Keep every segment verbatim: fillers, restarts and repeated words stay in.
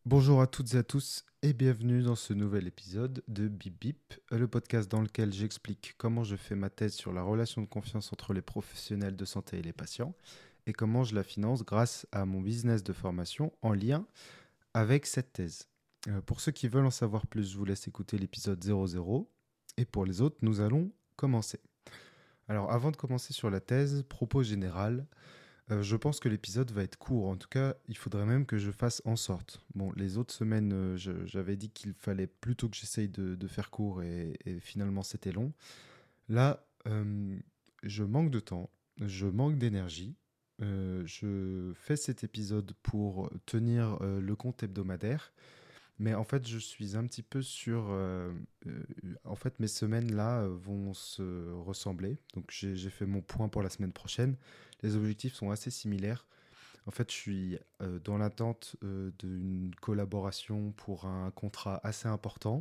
Bonjour à toutes et à tous et bienvenue dans ce nouvel épisode de Bip Bip, le podcast dans lequel j'explique comment je fais ma thèse sur la relation de confiance entre les professionnels de santé et les patients et comment je la finance grâce à mon business de formation en lien avec cette thèse. Euh, pour ceux qui veulent en savoir plus, je vous laisse écouter l'épisode zéro zéro et pour les autres, nous allons commencer. Alors avant de commencer sur la thèse, propos général. Euh, je pense que l'épisode va être court. En tout cas, il faudrait même que je fasse en sorte. Bon, les autres semaines, euh, je- j'avais dit qu'il fallait plutôt que j'essaye de, de faire court et, et finalement c'était long. Là, euh, je manque de temps, je manque d'énergie. Euh, je fais cet épisode pour tenir euh, le compte hebdomadaire. Mais en fait, je suis un petit peu sur... euh, euh, en fait, mes semaines là euh, vont se ressembler. Donc, j'ai j'ai fait mon point pour la semaine prochaine. Les objectifs sont assez similaires. En fait, je suis euh, dans l'attente euh, d'une collaboration pour un contrat assez important.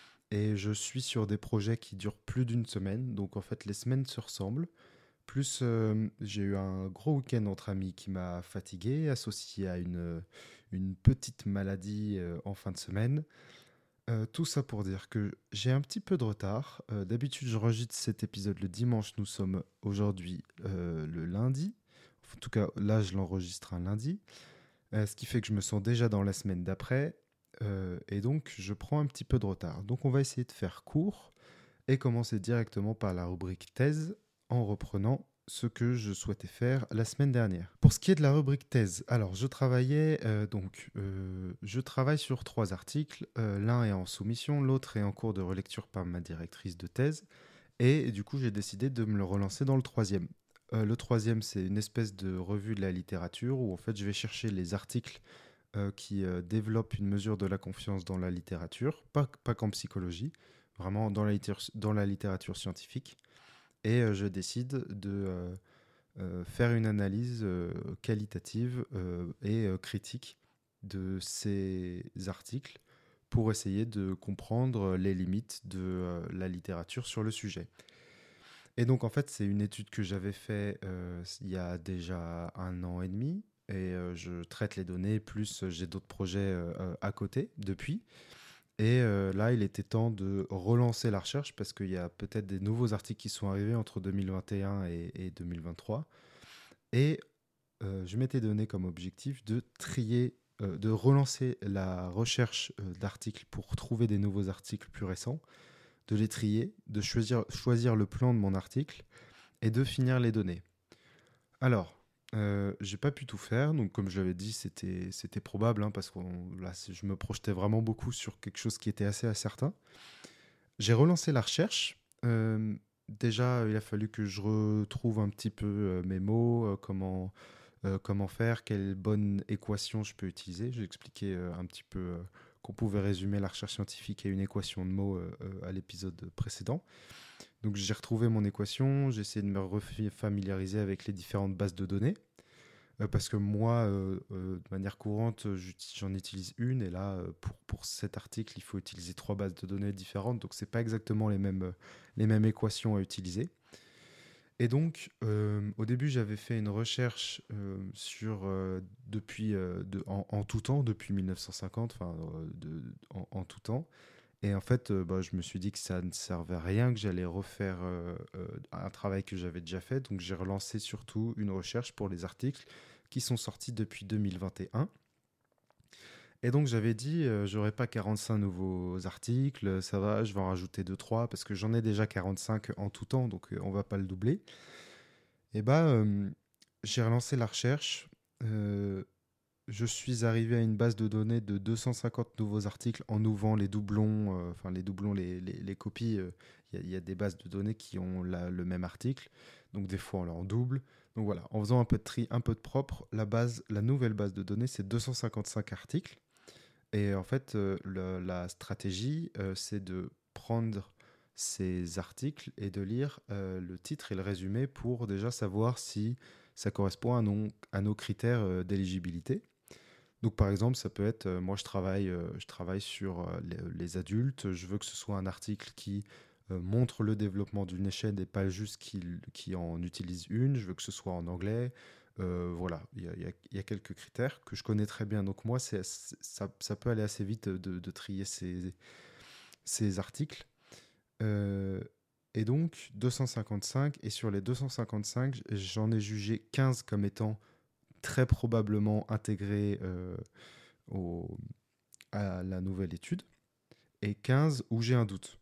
Et je suis sur des projets qui durent plus d'une semaine. Donc, en fait, les semaines se ressemblent. Plus, euh, j'ai eu un gros week-end entre amis qui m'a fatigué, associé à une, une petite maladie euh, en fin de semaine. Euh, tout ça pour dire que j'ai un petit peu de retard. Euh, d'habitude, j'enregistre cet épisode le dimanche. Nous sommes aujourd'hui euh, le lundi. En tout cas, là, je l'enregistre un lundi. Euh, ce qui fait que je me sens déjà dans la semaine d'après. Euh, et donc, je prends un petit peu de retard. Donc, on va essayer de faire court et commencer directement par la rubrique thèse en reprenant ce que je souhaitais faire la semaine dernière. Pour ce qui est de la rubrique thèse, alors je travaillais euh, donc euh, je travaille sur trois articles. Euh, l'un est en soumission, l'autre est en cours de relecture par ma directrice de thèse, et du coup j'ai décidé de me le relancer dans le troisième. Euh, le troisième, c'est une espèce de revue de la littérature où en fait je vais chercher les articles euh, qui euh, développent une mesure de la confiance dans la littérature, pas, pas qu'en psychologie, vraiment dans la, littér- dans la littérature scientifique. Et euh, je décide de euh, euh, faire une analyse euh, qualitative euh, et euh, critique de ces articles pour essayer de comprendre les limites de euh, la littérature sur le sujet. Et donc en fait c'est une étude que j'avais fait euh, il y a déjà un an et demi et euh, je traite les données plus euh, j'ai d'autres projets euh, euh, à côté depuis. Et euh, là, il était temps de relancer la recherche parce qu'il y a peut-être des nouveaux articles qui sont arrivés entre deux mille vingt et un et, et deux mille vingt-trois. Et euh, je m'étais donné comme objectif de trier, euh, de relancer la recherche euh, d'articles pour trouver des nouveaux articles plus récents, de les trier, de choisir, choisir le plan de mon article et de finir les données. Alors, euh, j'ai pas pu tout faire, donc comme je l'avais dit, c'était c'était probable hein, parce que là, c'est- je me projetais vraiment beaucoup sur quelque chose qui était assez incertain. J'ai relancé la recherche. Euh, déjà, il a fallu que je retrouve un petit peu euh, mes mots, euh, comment, euh, comment faire, quelle bonne équation je peux utiliser. J'ai expliqué euh, un petit peu euh, qu'on pouvait résumer la recherche scientifique à une équation de mots euh, euh, à l'épisode précédent. Donc j'ai retrouvé mon équation, j'ai essayé de me familiariser avec les différentes bases de données. Euh, parce que moi, euh, euh, de manière courante, j'uti- j'en utilise une, et là, euh, pour, pour cet article, il faut utiliser trois bases de données différentes, donc c'est pas exactement les mêmes, euh, les mêmes équations à utiliser. Et donc, euh, au début, j'avais fait une recherche euh, sur, euh, depuis, euh, de- en, en tout temps, depuis mille neuf cent cinquante, enfin, euh, de- en, en tout temps. Et en fait, euh, bah, je me suis dit que ça ne servait à rien, que j'allais refaire euh, euh, un travail que j'avais déjà fait. Donc j'ai relancé surtout une recherche pour les articles qui sont sortis depuis deux mille vingt et un. Et un. Et donc j'avais dit, euh, j'aurai pas quarante-cinq nouveaux articles, ça va, je vais en rajouter deux trois parce que j'en ai déjà quarante-cinq en tout temps, donc euh, on va pas le doubler. Et bah, euh, j'ai relancé la recherche. euh, je suis arrivé à une base de données de deux cent cinquante nouveaux articles en ouvrant les doublons, euh, enfin les doublons, les, les- les copies. euh, Il y, a- il y a des bases de données qui ont la- le même article, donc des fois on leur double. Donc voilà, en faisant un peu de tri, un peu de propre, la base, la nouvelle base de données, c'est deux cent cinquante-cinq articles. Et en fait, euh, le- la stratégie, euh, c'est de prendre ces articles et de lire euh, le titre et le résumé pour déjà savoir si ça correspond à, non- à nos critères euh, d'éligibilité. Donc par exemple, ça peut être, euh, moi je travaille, euh, je travaille sur euh, les, les adultes, je veux que ce soit un article qui euh, montre le développement d'une échelle et pas juste qui, qui en utilise une, je veux que ce soit en anglais, Euh, voilà, il y a, il y a- il y a quelques critères que je connais très bien. Donc moi, c'est, c'est- ça, ça peut aller assez vite de, de trier ces, ces articles. Euh, et donc deux cent cinquante-cinq, et sur les deux cent cinquante-cinq, j'en ai jugé quinze comme étant très probablement intégrés euh, au- à la nouvelle étude, et quinze où j'ai un doute.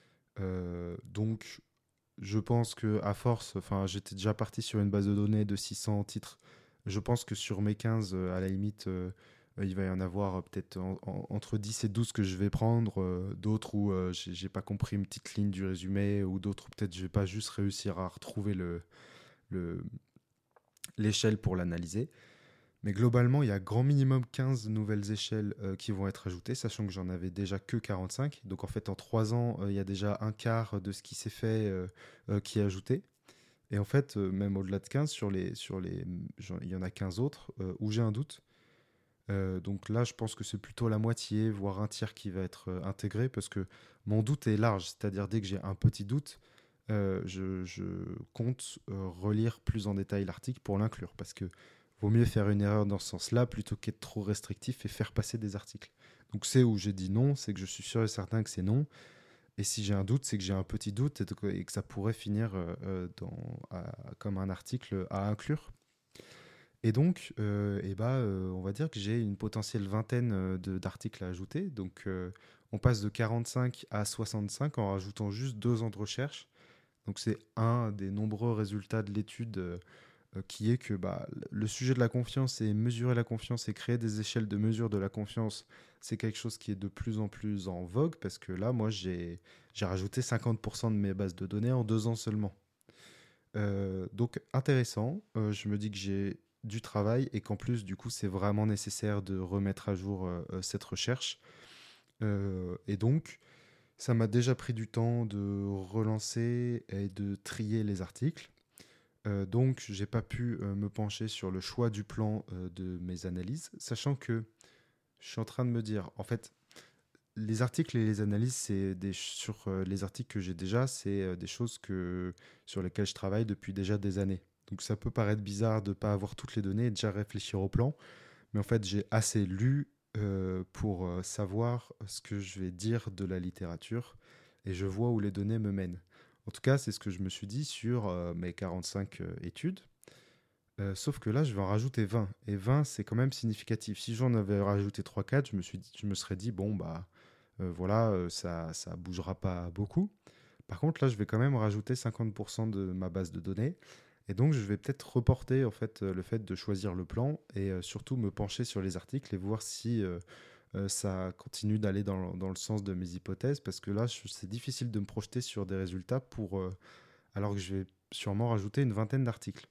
Euh, donc je pense que à force, enfin j'étais déjà parti sur une base de données de six cents titres. Je pense que sur mes quinze, euh, à la limite, euh, euh, il va y en avoir euh, peut-être en- en- entre dix et douze que je vais prendre, euh, d'autres où euh, j'ai j'ai pas compris une petite ligne du résumé, ou d'autres où peut-être je vais pas juste réussir à retrouver le, le- l'échelle pour l'analyser. Mais globalement, il y a grand minimum quinze nouvelles échelles euh, qui vont être ajoutées, sachant que j'en avais déjà que quarante-cinq. Donc en fait, en trois ans, euh, il y a déjà un quart de ce qui s'est fait euh, euh, qui est ajouté. Et en fait, euh, même au-delà de quinze, sur les, sur les, j'en- il y en a quinze autres euh, où j'ai un doute. Euh, donc là, je pense que c'est plutôt la moitié, voire un tiers qui va être euh, intégré, parce que mon doute est large. C'est-à-dire, dès que j'ai un petit doute, euh, je, je compte euh, relire plus en détail l'article pour l'inclure, parce que vaut mieux faire une erreur dans ce sens-là plutôt qu'être trop restrictif et faire passer des articles. Donc c'est où j'ai dit non, c'est que je suis sûr et certain que c'est non. Et si j'ai un doute, c'est que j'ai un petit doute, et que, et que ça pourrait finir euh, euh, dans, à- comme un article à inclure. Et donc, euh, eh ben, euh, on va dire que j'ai une potentielle vingtaine euh, de- d'articles à ajouter. Donc, euh, on passe de quarante-cinq à soixante-cinq en rajoutant juste deux ans de recherche. Donc, c'est un des nombreux résultats de l'étude euh, euh, qui est que bah, le sujet de la confiance et mesurer la confiance et créer des échelles de mesure de la confiance, c'est quelque chose qui est de plus en plus en vogue, parce que là, moi, j'ai j'ai rajouté cinquante pour cent de mes bases de données en deux ans seulement. Euh, donc intéressant. Euh, je me dis que j'ai du travail et qu'en plus, du coup, c'est vraiment nécessaire de remettre à jour euh, euh, cette recherche. Euh, et donc, ça m'a déjà pris du temps de relancer et de trier les articles. Euh, donc, j'ai pas pu euh, me pencher sur le choix du plan euh, de mes analyses, sachant que je suis en train de me dire, en fait, les articles et les analyses, c'est des sur euh, les articles que j'ai déjà, c'est euh, des choses que sur lesquelles je travaille depuis déjà des années. Donc ça peut paraître bizarre de ne pas avoir toutes les données et déjà réfléchir au plan, mais en fait j'ai assez lu euh, pour euh, savoir ce que je vais dire de la littérature, et je vois où les données me mènent. En tout cas, c'est ce que je me suis dit sur euh, mes quarante-cinq euh, études. Euh, sauf que là, je vais en rajouter vingt. Et vingt, c'est quand même significatif. Si j'en avais rajouté trois quatre, je me suis dit- je me serais dit, bon, bah, euh, voilà, euh, ça ça bougera pas beaucoup. Par contre, là, je vais quand même rajouter cinquante pour cent de ma base de données. Et donc, je vais peut-être reporter en fait euh, le fait de choisir le plan, et euh, surtout me pencher sur les articles et voir si euh, euh, ça continue d'aller dans, dans le sens de mes hypothèses. Parce que là, je- c'est difficile de me projeter sur des résultats pour, euh, alors que je vais sûrement rajouter une vingtaine d'articles.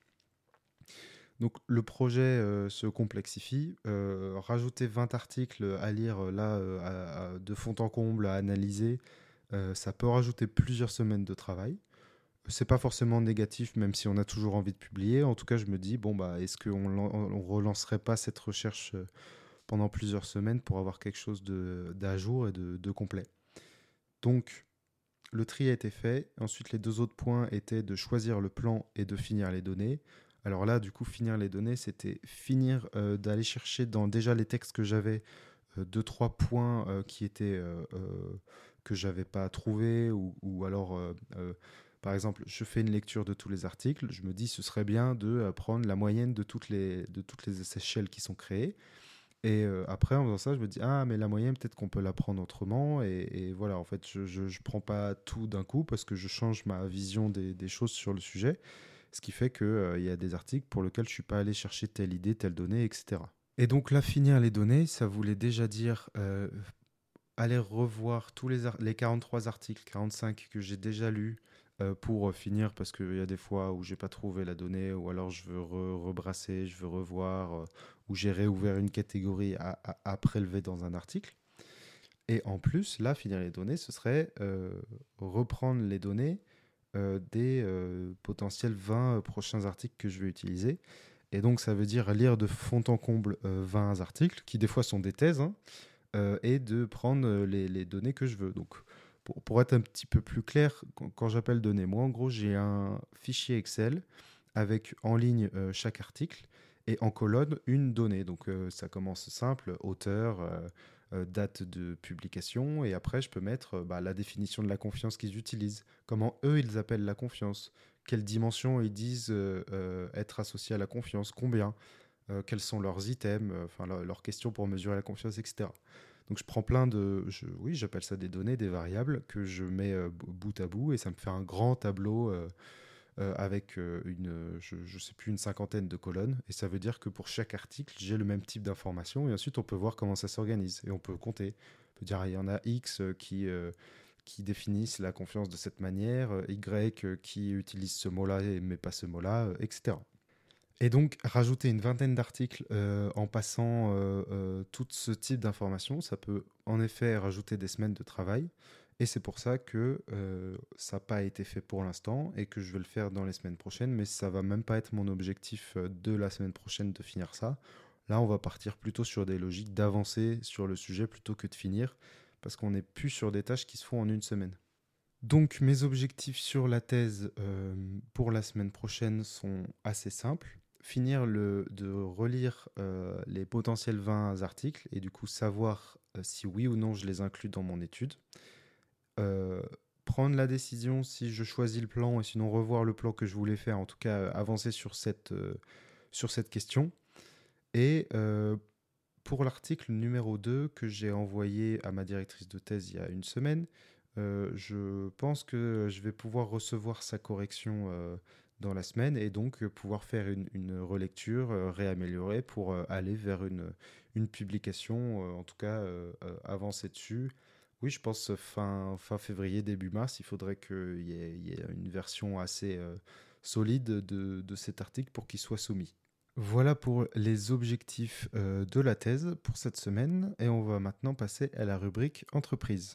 Donc le projet euh, se complexifie. Euh, rajouter vingt articles à lire euh, là euh, à- à- de fond en comble, à analyser, euh, ça peut rajouter plusieurs semaines de travail. C'est pas forcément négatif, même si on a toujours envie de publier. En tout cas, je me dis, bon, bah, est-ce qu'on lan- on relancerait pas cette recherche euh, pendant plusieurs semaines pour avoir quelque chose de, d'à jour et de, de complet. Donc, le tri a été fait. Ensuite, les deux autres points étaient de choisir le plan et de finir les données. Alors là, du coup, finir les données, c'était finir euh, d'aller chercher dans déjà les textes que j'avais euh, deux, trois points euh, qui étaient euh, euh, que j'avais pas trouvés, ou, ou alors, euh, euh, par exemple, je fais une lecture de tous les articles. Je me dis, ce serait bien de euh, prendre la moyenne de toutes les, de toutes les échelles qui sont créées. Et euh, après, en faisant ça, je me dis, ah, mais la moyenne, peut-être qu'on peut la prendre autrement. Et, et voilà, en fait, je, je, je prends pas tout d'un coup parce que je change ma vision des, des choses sur le sujet. Ce qui fait qu'il euh, y a des articles pour lesquels je suis pas allé chercher telle idée, telle donnée, et cetera. Et donc là, finir les données, ça voulait déjà dire euh, aller revoir tous les, ar- les quarante-trois articles, quarante-cinq que j'ai déjà lus euh, pour euh, finir, parce qu'il y a des fois où j'ai pas trouvé la donnée, ou alors je veux re- rebrasser, je veux revoir, euh, ou j'ai réouvert une catégorie à, à- à prélever dans un article. Et en plus, là, finir les données, ce serait euh, reprendre les données euh, des euh, potentiels vingt prochains articles que je vais utiliser. Et donc, ça veut dire lire de fond en comble euh, vingt articles, qui des fois sont des thèses, hein, euh, et de prendre euh, les, les données que je veux. Donc, pour, pour être un petit peu plus clair, quand, quand j'appelle données, moi, en gros, j'ai un fichier Excel avec en ligne euh, chaque article et en colonne une donnée. Donc euh, ça commence simple, auteur, euh, euh, date de publication, et après je peux mettre euh, bah, la définition de la confiance qu'ils utilisent, comment eux ils appellent la confiance, quelle dimension ils disent euh, euh, être associés à la confiance, combien, euh, quels sont leurs items, euh, enfin leur- leurs questions pour mesurer la confiance, et cetera. Donc je prends plein de, je- oui, j'appelle ça des données, des variables que je mets euh, bout à bout et ça me fait un grand tableau euh, euh, avec euh, une, je, je sais plus, une cinquantaine de colonnes. Et ça veut dire que pour chaque article, j'ai le même type d'information et ensuite on peut voir comment ça s'organise et on peut compter. On peut dire il y en a X euh, qui euh, qui définissent la confiance de cette manière, euh, Y euh, qui utilise ce mot-là mais pas ce mot-là, euh, et cetera. Et donc, rajouter une vingtaine d'articles euh, en passant euh, euh, tout ce type d'informations, ça peut en effet rajouter des semaines de travail. Et c'est pour ça que euh, ça n'a pas été fait pour l'instant et que je vais le faire dans les semaines prochaines. Mais ça va même pas être mon objectif euh, de la semaine prochaine de finir ça. Là, on va partir plutôt sur des logiques d'avancer sur le sujet plutôt que de finir, parce qu'on n'est plus sur des tâches qui se font en une semaine. Donc, mes objectifs sur la thèse euh, pour la semaine prochaine sont assez simples. Finir le, de relire euh, les potentiels vingt articles et du coup savoir euh, si oui ou non je les inclus dans mon étude. Euh, Prendre la décision si je choisis le plan et sinon revoir le plan que je voulais faire, en tout cas euh, avancer sur cette, euh, sur cette question. Et euh, pour l'article numéro deux que j'ai envoyé à ma directrice de thèse il y a une semaine, euh, je pense que je vais pouvoir recevoir sa correction euh, dans la semaine et donc euh, pouvoir faire une, une relecture euh, réaméliorée pour euh, aller vers une, une publication, euh, en tout cas euh, euh, avancer dessus. Oui, je pense fin, fin février, début mars, il faudrait qu'il y ait, il y ait une version assez euh, solide de, de cet article pour qu'il soit soumis. Voilà pour les objectifs euh, de la thèse pour cette semaine et on va maintenant passer à la rubrique entreprise.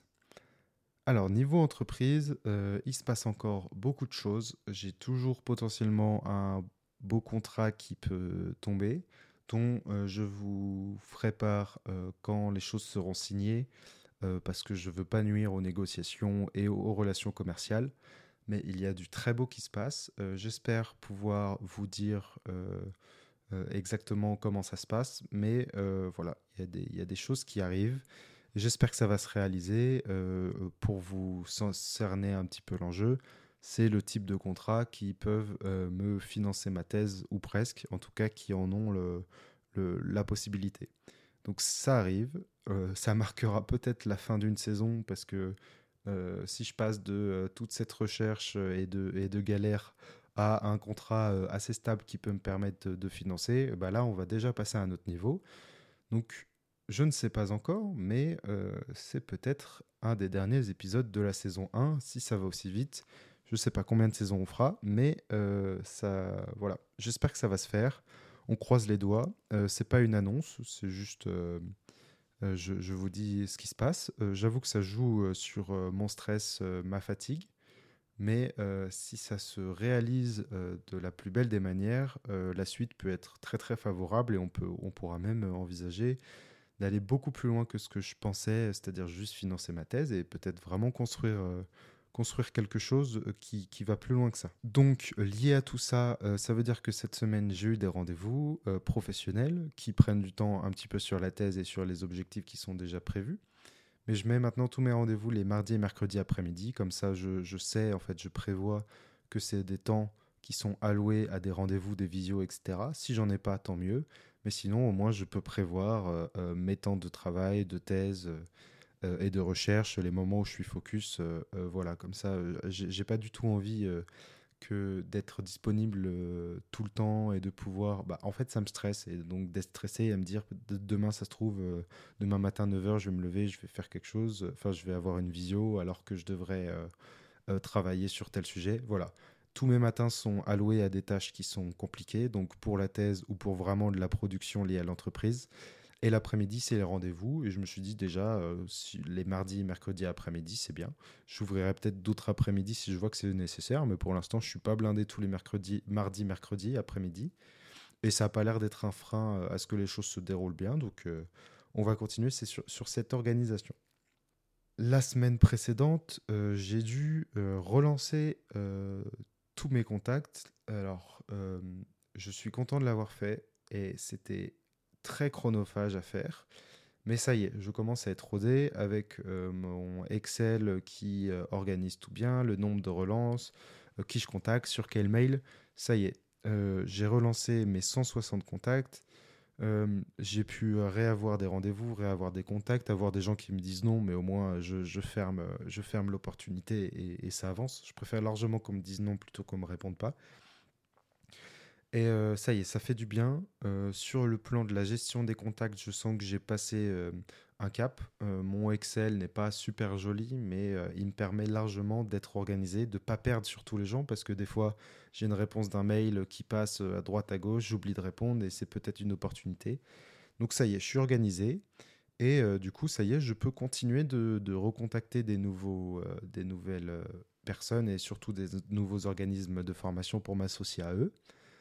Alors niveau entreprise, euh, il se passe encore beaucoup de choses. J'ai toujours potentiellement un beau contrat qui peut tomber, dont euh, je vous ferai part euh, quand les choses seront signées, euh, parce que je ne veux pas nuire aux négociations et aux, aux relations commerciales. Mais il y a du très beau qui se passe. Euh, j'espère pouvoir vous dire euh, euh, exactement comment ça se passe, mais euh, voilà, il y a des, il y a des choses qui arrivent. J'espère que ça va se réaliser. Euh, pour vous cerner un petit peu l'enjeu, c'est le type de contrat qui peuvent euh, me financer ma thèse, ou presque, en tout cas qui en ont le, le- la possibilité. Donc ça arrive, euh, ça marquera peut-être la fin d'une saison, parce que euh, si je passe de euh, toute cette recherche et de, et de galère à un contrat euh, assez stable qui peut me permettre de, de financer, bah là on va déjà passer à un autre niveau. Donc je ne sais pas encore, mais euh, c'est peut-être un des derniers épisodes de la saison un, si ça va aussi vite. Je ne sais pas combien de saisons on fera, mais euh, ça, voilà. J'espère que ça va se faire. On croise les doigts. Euh, c'est pas une annonce, c'est juste, euh, euh, je, je vous dis ce qui se passe. Euh, j'avoue que ça joue euh, sur euh, mon stress, euh, ma fatigue. Mais euh, si ça se réalise euh, de la plus belle des manières, euh, la suite peut être très très favorable et on, peut, on pourra même envisager d'aller beaucoup plus loin que ce que je pensais, c'est-à-dire juste financer ma thèse et peut-être vraiment construire, euh, construire quelque chose euh, qui, qui va plus loin que ça. Donc, euh, lié à tout ça, euh, ça veut dire que cette semaine, j'ai eu des rendez-vous euh, professionnels qui prennent du temps un petit peu sur la thèse et sur les objectifs qui sont déjà prévus. Mais je mets maintenant tous mes rendez-vous les mardis et mercredis après-midi. Comme ça, je, je sais, en fait, je prévois que c'est des temps qui sont alloués à des rendez-vous, des visios, et cetera. Si j'en ai pas, tant mieux. Mais sinon, au moins, je peux prévoir euh, euh, mes temps de travail, de thèse euh, et de recherche, les moments où je suis focus. Euh, euh, voilà, comme ça, euh, j'ai j'ai pas du tout envie euh, que d'être disponible euh, tout le temps et de pouvoir... Bah, en fait, ça me stresse. Et donc, d'être stressé et à me dire, de- demain, ça se trouve, euh, demain matin, neuf heures, je vais me lever, je vais faire quelque chose. Enfin, je vais avoir une visio alors que je devrais euh, euh, travailler sur tel sujet. Voilà. Tous mes matins sont alloués à des tâches qui sont compliquées, donc pour la thèse ou pour vraiment de la production liée à l'entreprise. Et l'après-midi, c'est les rendez-vous. Et je me suis dit déjà, euh, si les mardis, mercredis après-midi, c'est bien. J'ouvrirai peut-être d'autres après-midi si je vois que c'est nécessaire. Mais pour l'instant, je ne suis pas blindé tous les mercredis, mardi, mercredi, après-midi. Et ça n'a pas l'air d'être un frein euh, à ce que les choses se déroulent bien. Donc, euh, on va continuer c'est sur, sur cette organisation. La semaine précédente, euh, j'ai dû euh, relancer euh, tous mes contacts Alors, euh, je suis content de l'avoir fait et c'était très chronophage à faire. Mais ça y est, je commence à être rodé avec euh, mon Excel qui euh, organise tout bien, le nombre de relances, euh, qui je contacte, sur quel mail. Ça y est, euh, j'ai relancé mes cent soixante contacts. Euh, j'ai pu réavoir des rendez-vous, réavoir des contacts, avoir des gens qui me disent non, mais au moins je, je ferme, je ferme l'opportunité et, et ça avance. Je préfère largement qu'on me dise non plutôt qu'on me réponde pas. Et euh, ça y est, ça fait du bien. Euh, sur le plan de la gestion des contacts, je sens que j'ai passé euh, un cap. Euh, mon Excel n'est pas super joli, mais euh, il me permet largement d'être organisé, de ne pas perdre sur tous les gens, parce que des fois, j'ai une réponse d'un mail qui passe euh, à droite, à gauche, j'oublie de répondre, et c'est peut-être une opportunité. Donc ça y est, je suis organisé. Et euh, du coup, ça y est, je peux continuer de, de recontacter des, nouveaux, euh, des nouvelles euh, personnes et surtout des nouveaux organismes de formation pour m'associer à eux.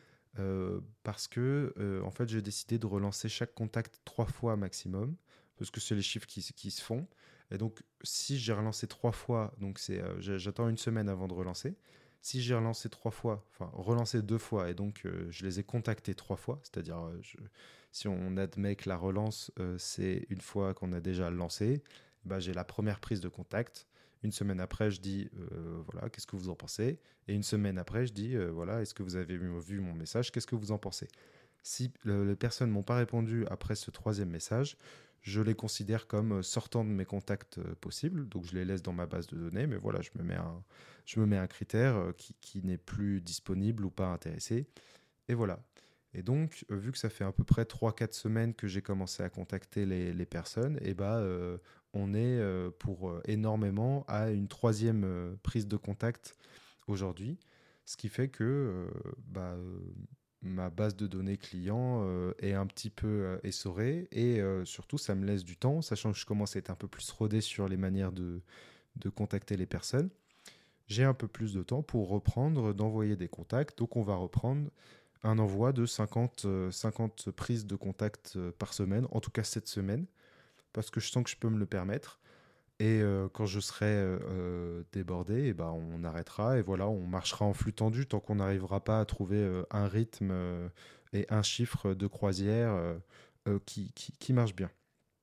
Euh, parce que euh, en fait j'ai décidé de relancer chaque contact trois fois maximum parce que c'est les chiffres qui, qui se font et donc si j'ai relancé trois fois donc c'est euh, j'ai- j'attends une semaine avant de relancer. Si j'ai relancé trois fois, enfin relancé deux fois et donc euh, je les ai contactés trois fois, c'est-à-dire euh, je- si on admet que la relance euh, c'est une fois qu'on a déjà lancé, bah, j'ai la première prise de contact. Une semaine après, je dis euh, voilà, qu'est-ce que vous en pensez? Et une semaine après, je dis, euh, voilà, est-ce que vous avez vu, vu mon message? Qu'est-ce que vous en pensez? Si le- les personnes m'ont pas répondu après ce troisième message, je les considère comme euh, sortant de mes contacts euh, possibles. Donc, je les laisse dans ma base de données. Mais voilà, je me mets un, je me mets un critère euh, qui, qui n'est plus disponible ou pas intéressé. Et voilà. Et donc, euh, vu que ça fait à peu près trois quatre semaines que j'ai commencé à contacter les, les personnes, et bah, euh, on est euh, pour euh, énormément à une troisième euh, prise de contact aujourd'hui, ce qui fait que euh, bah, euh, ma base de données client euh, est un petit peu euh, essorée et euh, surtout ça me laisse du temps, sachant que je commence à être un peu plus rodé sur les manières de, de contacter les personnes. J'ai un peu plus de temps pour reprendre, d'envoyer des contacts, donc on va reprendre un envoi de cinquante, euh, cinquante prises de contact euh, par semaine, en tout cas cette semaine, parce que je sens que je peux me le permettre. Et euh, quand je serai euh, euh, débordé, eh ben, on arrêtera et voilà, on marchera en flux tendu tant qu'on n'arrivera pas à trouver euh, un rythme euh, et un chiffre de croisière euh, euh, qui, qui, qui marche bien.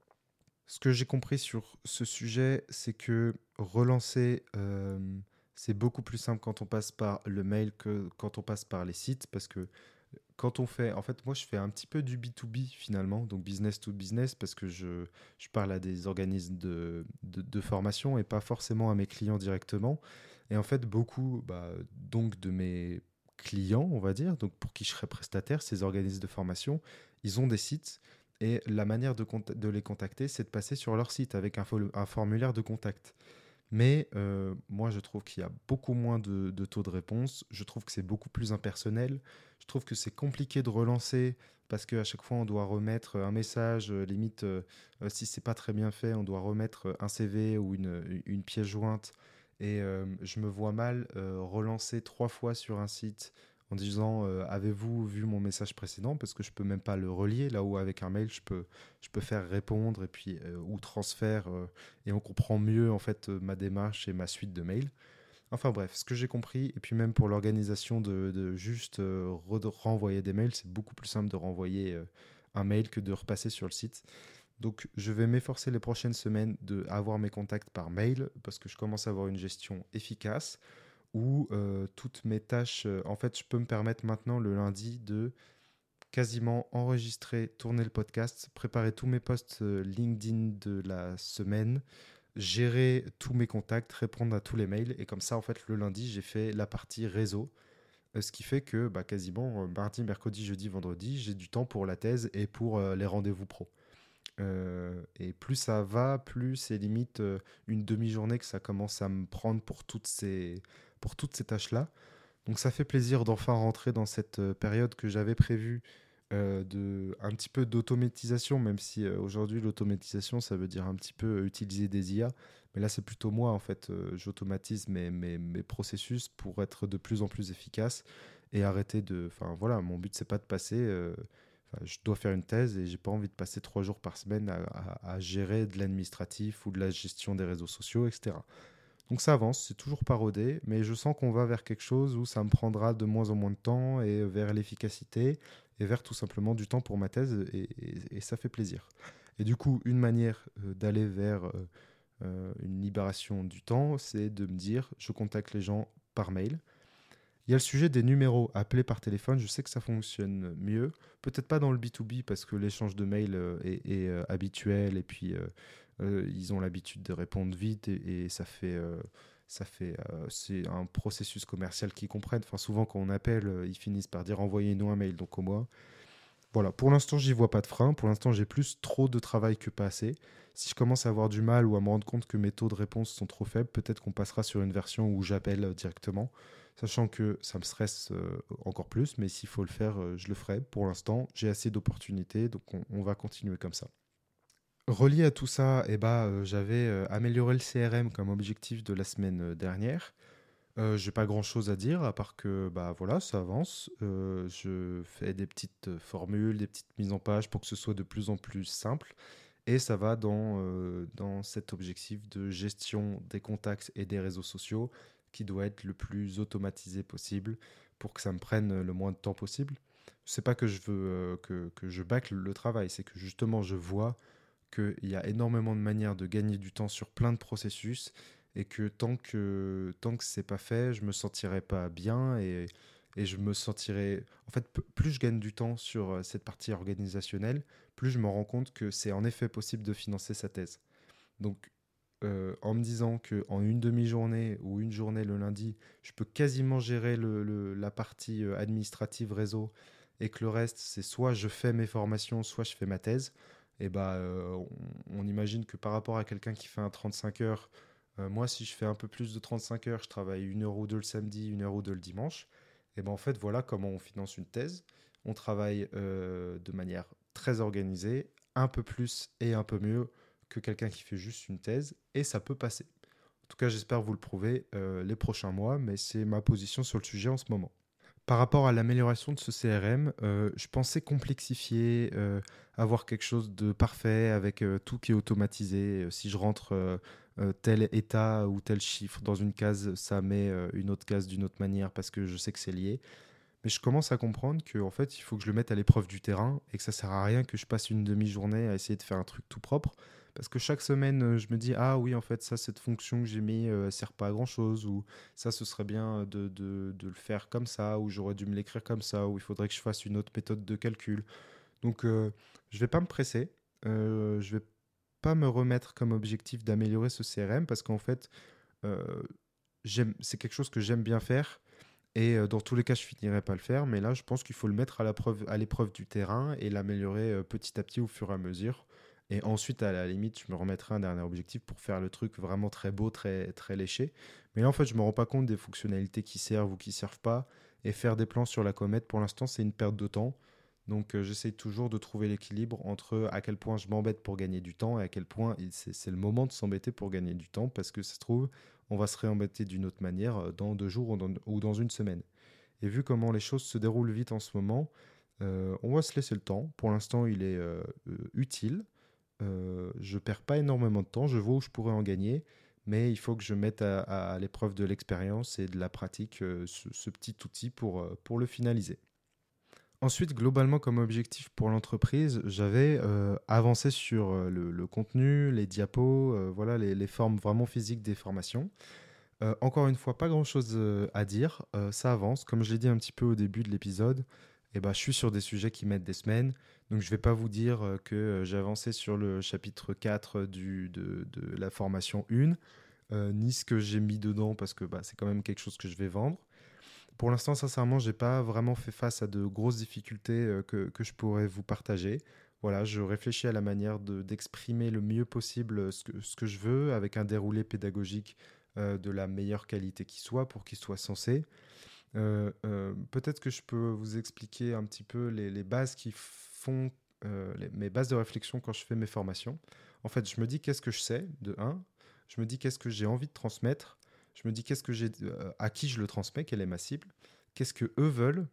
Ce que j'ai compris sur ce sujet, c'est que relancer, euh, c'est beaucoup plus simple quand on passe par le mail que quand on passe par les sites parce que quand on fait, en fait, moi je fais un petit peu du B deux B finalement, donc business to business, parce que je, je parle à des organismes de, de, de formation et pas forcément à mes clients directement. Et en fait, beaucoup bah, donc de mes clients, on va dire, donc pour qui je serais prestataire, ces organismes de formation, ils ont des sites. Et la manière de, cont- de les contacter, c'est de passer sur leur site avec un, fol- un formulaire de contact. Mais euh, moi, je trouve qu'il y a beaucoup moins de, de taux de réponse. Je trouve que c'est beaucoup plus impersonnel. Je trouve que c'est compliqué de relancer parce qu'à chaque fois, on doit remettre un message. euh, limite, euh, euh, si c'est pas très bien fait, on doit remettre un C V ou une, une pièce jointe. Et euh, je me vois mal euh, relancer trois fois sur un site en disant euh, avez-vous vu mon message précédent parce que je peux même pas le relier là où avec un mail je peux je peux faire répondre et puis euh, ou transfert euh, et on comprend mieux en fait euh, ma démarche et ma suite de mails. Enfin bref, ce que j'ai compris, et puis même pour l'organisation de, de juste euh, re- renvoyer des mails, c'est beaucoup plus simple de renvoyer euh, un mail que de repasser sur le site. Donc je vais m'efforcer les prochaines semaines de avoir mes contacts par mail parce que je commence à avoir une gestion efficace où euh, toutes mes tâches, euh, en fait je peux me permettre maintenant le lundi de quasiment enregistrer, tourner le podcast, préparer tous mes posts euh, LinkedIn de la semaine, gérer tous mes contacts, répondre à tous les mails. Et comme ça, en fait, le lundi, j'ai fait la partie réseau. Euh, Ce qui fait que bah, quasiment euh, mardi, mercredi, jeudi, vendredi, j'ai du temps pour la thèse et pour euh, les rendez-vous pro. Euh, et plus ça va, plus c'est limite euh, une demi-journée que ça commence à me prendre pour toutes ces, pour toutes ces tâches-là. Donc ça fait plaisir d'enfin rentrer dans cette euh, période que j'avais prévue euh, de un petit peu d'automatisation, même si euh, aujourd'hui l'automatisation ça veut dire un petit peu euh, utiliser des I A. Mais là c'est plutôt moi en fait, euh, j'automatise mes, mes, mes processus pour être de plus en plus efficace et arrêter de... Enfin voilà, mon but c'est pas de passer... euh, enfin, je dois faire une thèse et j'ai pas envie de passer trois jours par semaine à, à- à gérer de l'administratif ou de la gestion des réseaux sociaux, et cetera. Donc ça avance, c'est toujours pas rodé, mais je sens qu'on va vers quelque chose où ça me prendra de moins en moins de temps et vers l'efficacité et vers tout simplement du temps pour ma thèse et, et- et ça fait plaisir. Et du coup, une manière euh, d'aller vers euh, euh, une libération du temps, c'est de me dire, je contacte les gens par mail. Il y a le sujet des numéros appelés par téléphone. Je sais que ça fonctionne mieux. Peut-être pas dans le B deux B parce que l'échange de mails euh, est, est, euh, habituel et puis euh, euh, ils ont l'habitude de répondre vite et, et ça fait, euh, ça fait euh, c'est un processus commercial qu'ils comprennent. Enfin, souvent quand on appelle, euh, ils finissent par dire envoyez-nous un mail. Donc au moins, voilà, pour l'instant, j'y vois pas de frein. Pour l'instant, j'ai plus trop de travail que pas assez. Si je commence à avoir du mal ou à me rendre compte que mes taux de réponse sont trop faibles, peut-être qu'on passera sur une version où j'appelle euh, directement, sachant que ça me stresse euh, encore plus, mais s'il faut le faire, euh, je le ferai. Pour l'instant, j'ai assez d'opportunités, donc on, on va continuer comme ça. Relié à tout ça, eh ben, euh, j'avais euh, amélioré le C R M comme objectif de la semaine euh, dernière. Euh, j'ai pas grand chose à dire à part que bah voilà ça avance. Euh, je fais des petites euh, formules, des petites mises en page pour que ce soit de plus en plus simple et ça va dans, euh, dans cet objectif de gestion des contacts et des réseaux sociaux qui doit être le plus automatisé possible pour que ça me prenne le moins de temps possible. C'est pas que je veux euh, que, que je bâcle le travail, c'est que justement je vois qu'il y a énormément de manières de gagner du temps sur plein de processus et que tant que tant que c'est pas fait, je me sentirai pas bien et, et je me sentirai en fait p- plus je gagne du temps sur euh, cette partie organisationnelle, plus je me rends compte que c'est en effet possible de financer sa thèse. Donc euh, en me disant que en une demi-journée ou une journée le lundi, je peux quasiment gérer le, le- la partie euh, administrative réseau et que le reste, c'est soit je fais mes formations, soit je fais ma thèse, et bah, euh, on, on imagine que par rapport à quelqu'un qui fait un trente-cinq heures, euh, moi, si je fais un peu plus de trente-cinq heures, je travaille une heure ou deux le samedi, une heure ou deux le dimanche, et ben en fait, voilà comment on finance une thèse. On travaille euh, de manière très organisée, un peu plus et un peu mieux que quelqu'un qui fait juste une thèse, et ça peut passer. En tout cas, j'espère vous le prouver euh, les prochains mois, mais c'est ma position sur le sujet en ce moment. Par rapport à l'amélioration de ce C R M, euh, je pensais complexifier, euh, avoir quelque chose de parfait avec euh, tout qui est automatisé. Euh, Si je rentre euh, euh, tel état ou tel chiffre dans une case, ça met euh, une autre case d'une autre manière parce que je sais que c'est lié. Mais je commence à comprendre que en fait, il faut que je le mette à l'épreuve du terrain et que ça sert à rien que je passe une demi-journée à essayer de faire un truc tout propre. Parce que chaque semaine, euh, je me dis, ah oui, en fait, ça, cette fonction que j'ai mis, euh, elle sert pas à grand-chose, ou ça, ce serait bien de, de, de le faire comme ça, ou j'aurais dû me l'écrire comme ça, ou il faudrait que je fasse une autre méthode de calcul. Donc, euh, je vais pas me presser, euh, je vais pas me remettre comme objectif d'améliorer ce C R M, parce qu'en fait, euh, j'aime, c'est quelque chose que j'aime bien faire, et euh, dans tous les cas, je finirai pas le faire, mais là, je pense qu'il faut le mettre à la preuve, à l'épreuve du terrain et l'améliorer euh, petit à petit au fur et à mesure. Et ensuite, à la limite, je me remettrai un dernier objectif pour faire le truc vraiment très beau, très, très léché. Mais là, en fait, je me rends pas compte des fonctionnalités qui servent ou qui servent pas. Et faire des plans sur la comète, pour l'instant, c'est une perte de temps. Donc, euh, j'essaye toujours de trouver l'équilibre entre à quel point je m'embête pour gagner du temps et à quel point il- c'est c'est le moment de s'embêter pour gagner du temps parce que ça se trouve, on va se réembêter d'une autre manière euh, dans deux jours ou dans, ou dans une semaine. Et vu comment les choses se déroulent vite en ce moment, euh, on va se laisser le temps. Pour l'instant, il est euh, euh, utile. Euh, je perds pas énormément de temps. Je vois où je pourrais en gagner. Mais il faut que je mette à, à l'épreuve de l'expérience et de la pratique euh, ce, ce petit outil pour, euh, pour le finaliser. Ensuite, globalement, comme objectif pour l'entreprise, j'avais euh, avancé sur euh, le, le contenu, les diapos, euh, voilà, les, les formes vraiment physiques des formations. Euh, encore une fois, pas grand-chose euh, à dire. Euh, ça avance. Comme je l'ai dit un petit peu au début de l'épisode, eh ben, je suis sur des sujets qui mettent des semaines. Donc, je ne vais pas vous dire euh, que euh, j'ai avancé sur le chapitre quatre du, de, de la formation un, euh, ni ce que j'ai mis dedans, parce que bah, c'est quand même quelque chose que je vais vendre. Pour l'instant, sincèrement, j'ai pas vraiment fait face à de grosses difficultés euh, que, que je pourrais vous partager. Voilà, je réfléchis à la manière de- d'exprimer le mieux possible ce que, ce que je veux avec un déroulé pédagogique euh, de la meilleure qualité qui soit pour qu'il soit sensé. Euh, euh, peut-être que je peux vous expliquer un petit peu les, les bases qui font euh, les- mes bases de réflexion quand je fais mes formations. En fait, je me dis qu'est-ce que je sais, de un. Je me dis qu'est-ce que j'ai envie de transmettre. Je me dis qu'est-ce que j'ai, euh, à qui je le transmets, quelle est ma cible. Qu'est-ce que eux veulent.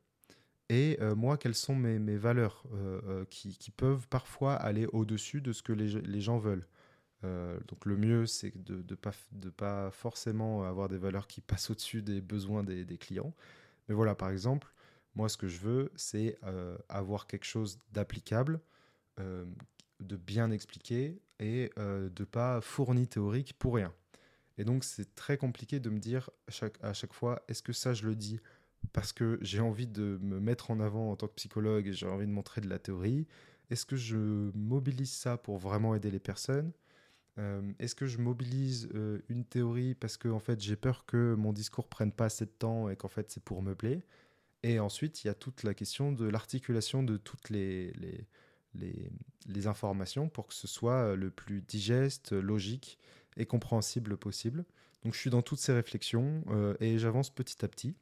Et euh, moi, quelles sont mes, mes valeurs euh, euh, qui, qui peuvent parfois aller au-dessus de ce que les, les gens veulent. Euh, donc le mieux, c'est de ne de pas, de pas forcément avoir des valeurs qui passent au-dessus des besoins des, des clients. Mais voilà, par exemple, moi, ce que je veux, c'est euh, avoir quelque chose d'applicable, euh, de bien expliqué et euh, de pas fourni théorique pour rien. Et donc, c'est très compliqué de me dire à chaque, à chaque fois, est-ce que ça, je le dis parce que j'ai envie de me mettre en avant en tant que psychologue et j'ai envie de montrer de la théorie? Est-ce que je mobilise ça pour vraiment aider les personnes? Euh, Est-ce que je mobilise euh, une théorie parce que en fait, j'ai peur que mon discours prenne pas assez de temps et qu'en fait, c'est pour meubler? Et ensuite, il y a toute la question de l'articulation de toutes les, les, les, les informations pour que ce soit le plus digeste, logique et compréhensible possible. Donc je suis dans toutes ces réflexions euh, et j'avance petit à petit.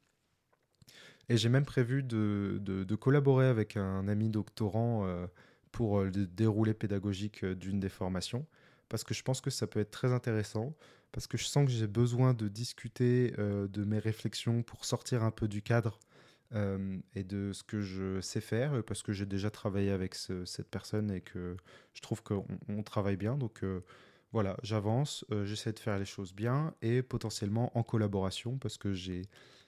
Et j'ai même prévu de, de, de collaborer avec un ami doctorant euh, pour euh, le déroulé pédagogique euh, d'une des formations, parce que je pense que ça peut être très intéressant, parce que je sens que j'ai besoin de discuter euh, de mes réflexions pour sortir un peu du cadre euh, et de ce que je sais faire, parce que j'ai déjà travaillé avec ce- cette personne et que je trouve qu'on on travaille bien. Donc euh, voilà, j'avance, euh, j'essaie de faire les choses bien et potentiellement en collaboration, parce que j'ai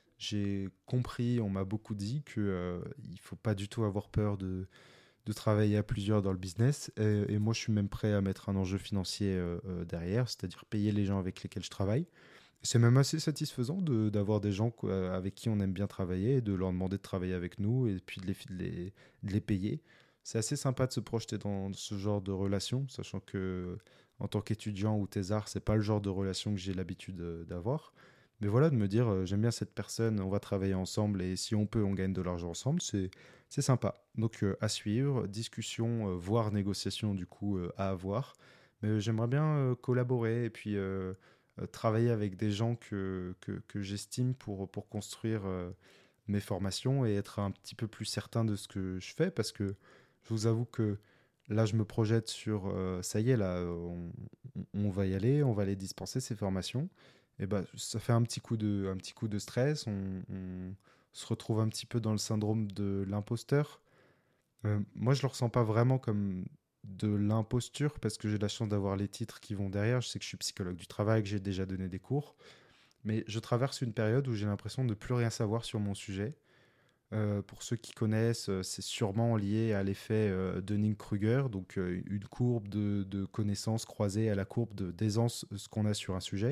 j'ai compris, on m'a beaucoup dit que euh, il faut pas du tout avoir peur de, de travailler à plusieurs dans le business. Et, et moi, je suis même prêt à mettre un enjeu financier euh, euh, derrière, c'est-à-dire payer les gens avec lesquels je travaille. C'est même assez satisfaisant de- d'avoir des gens quoi, avec qui on aime bien travailler et de leur demander de travailler avec nous et puis de les, de les, de les payer. C'est assez sympa de se projeter dans ce genre de relation, sachant que en tant qu'étudiant ou thésard, c'est pas le genre de relation que j'ai l'habitude euh, d'avoir. Mais voilà, de me dire, euh, j'aime bien cette personne, on va travailler ensemble et si on peut, on gagne de l'argent ensemble, c'est, c'est sympa. Donc euh, à suivre, discussion, euh, voire négociation du coup euh, à avoir. Mais euh, j'aimerais bien euh, collaborer et puis euh, euh, travailler avec des gens que, que, que j'estime pour, pour construire euh, mes formations et être un petit peu plus certain de ce que je fais parce que je vous avoue que là, je me projette sur, euh, ça y est, là, on, on va y aller, on va aller dispenser ces formations. Et bah, ça fait un petit coup de, un petit coup de stress, on, on se retrouve un petit peu dans le syndrome de l'imposteur. Euh, moi, je le ressens pas vraiment comme de l'imposture parce que j'ai la chance d'avoir les titres qui vont derrière. Je sais que je suis psychologue du travail, que j'ai déjà donné des cours, mais je traverse une période où j'ai l'impression de plus rien savoir sur mon sujet. Euh, pour ceux qui connaissent, euh, c'est sûrement lié à l'effet euh, Dunning-Kruger, donc euh, une courbe de, de connaissances croisée à la courbe de- d'aisance de ce qu'on a sur un sujet,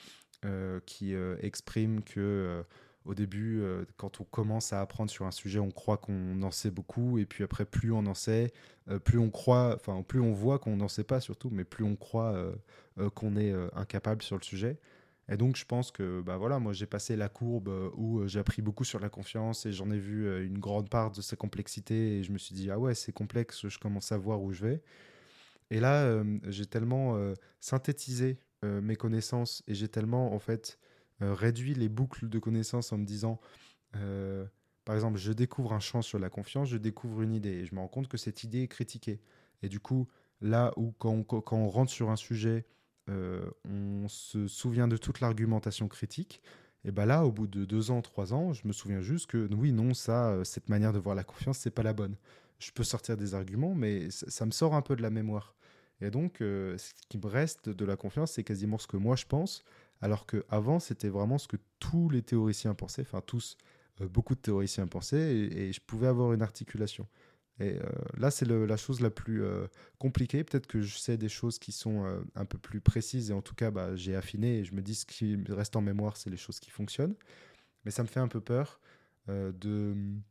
euh, qui euh, exprime que euh, au début, euh, quand on commence à apprendre sur un sujet, on croit qu'on en sait beaucoup, et puis après, plus on en sait, euh, plus on croit, enfin, plus on voit qu'on n'en sait pas surtout, mais plus on croit euh, euh, qu'on est euh, incapable sur le sujet. Et donc, je pense que, bah voilà, moi, j'ai passé la courbe euh, où euh, j'ai appris beaucoup sur la confiance et j'en ai vu euh, une grande part de sa complexité et je me suis dit, ah ouais, c'est complexe, je commence à voir où je vais. Et là, euh, j'ai tellement euh, synthétisé euh, mes connaissances et j'ai tellement, en fait, euh, réduit les boucles de connaissances en me disant, euh, par exemple, je découvre un champ sur la confiance, je découvre une idée et je me rends compte que cette idée est critiquée. Et du coup, là où quand on, quand on rentre sur un sujet, euh, on se souvient de toute l'argumentation critique, et ben là, au bout de deux ans, trois ans, je me souviens juste que oui, non, ça, euh, cette manière de voir la confiance, c'est pas la bonne. Je peux sortir des arguments, mais ça, ça me sort un peu de la mémoire. Et donc, euh, ce qui me reste de la confiance, c'est quasiment ce que moi je pense, alors qu'avant, c'était vraiment ce que tous les théoriciens pensaient, enfin tous, euh, beaucoup de théoriciens pensaient, et, et je pouvais avoir une articulation. Et euh, là, c'est le- la chose la plus euh, compliquée. Peut-être que je sais des choses qui sont euh, un peu plus précises, et en tout cas, bah, j'ai affiné, et je me dis ce qui me reste en mémoire, c'est les choses qui fonctionnent. Mais ça me fait un peu peur euh, de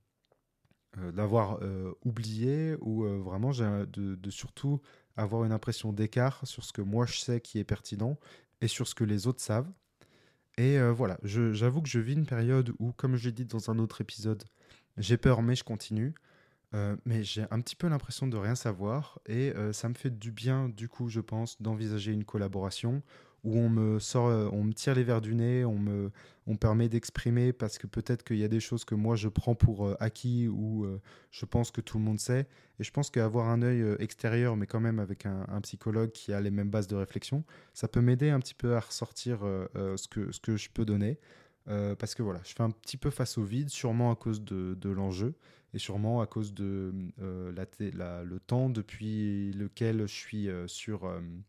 euh, d'avoir euh, oublié ou euh, vraiment j'ai un- de, de surtout avoir une impression d'écart sur ce que moi je sais qui est pertinent et sur ce que les autres savent. Et euh, voilà, je- j'avoue que je vis une période où, comme je l'ai dit dans un autre épisode, j'ai peur mais je continue. Euh, mais j'ai un petit peu l'impression de rien savoir et euh, ça me fait du bien, du coup, je pense, d'envisager une collaboration où on me sort, euh, on me tire les verres du nez, on me, on me permet d'exprimer parce que peut-être qu'il y a des choses que moi je prends pour euh, acquis ou euh, je pense que tout le monde sait. Et je pense qu'avoir un œil euh, extérieur, mais quand même avec un, un psychologue qui a les mêmes bases de réflexion, ça peut m'aider un petit peu à ressortir euh, euh, ce que, ce que je peux donner. Euh, parce que voilà, je fais un petit peu face au vide, sûrement à cause de, de l'enjeu et sûrement à cause de euh, la, la- le temps depuis lequel je suis euh, sur, euh,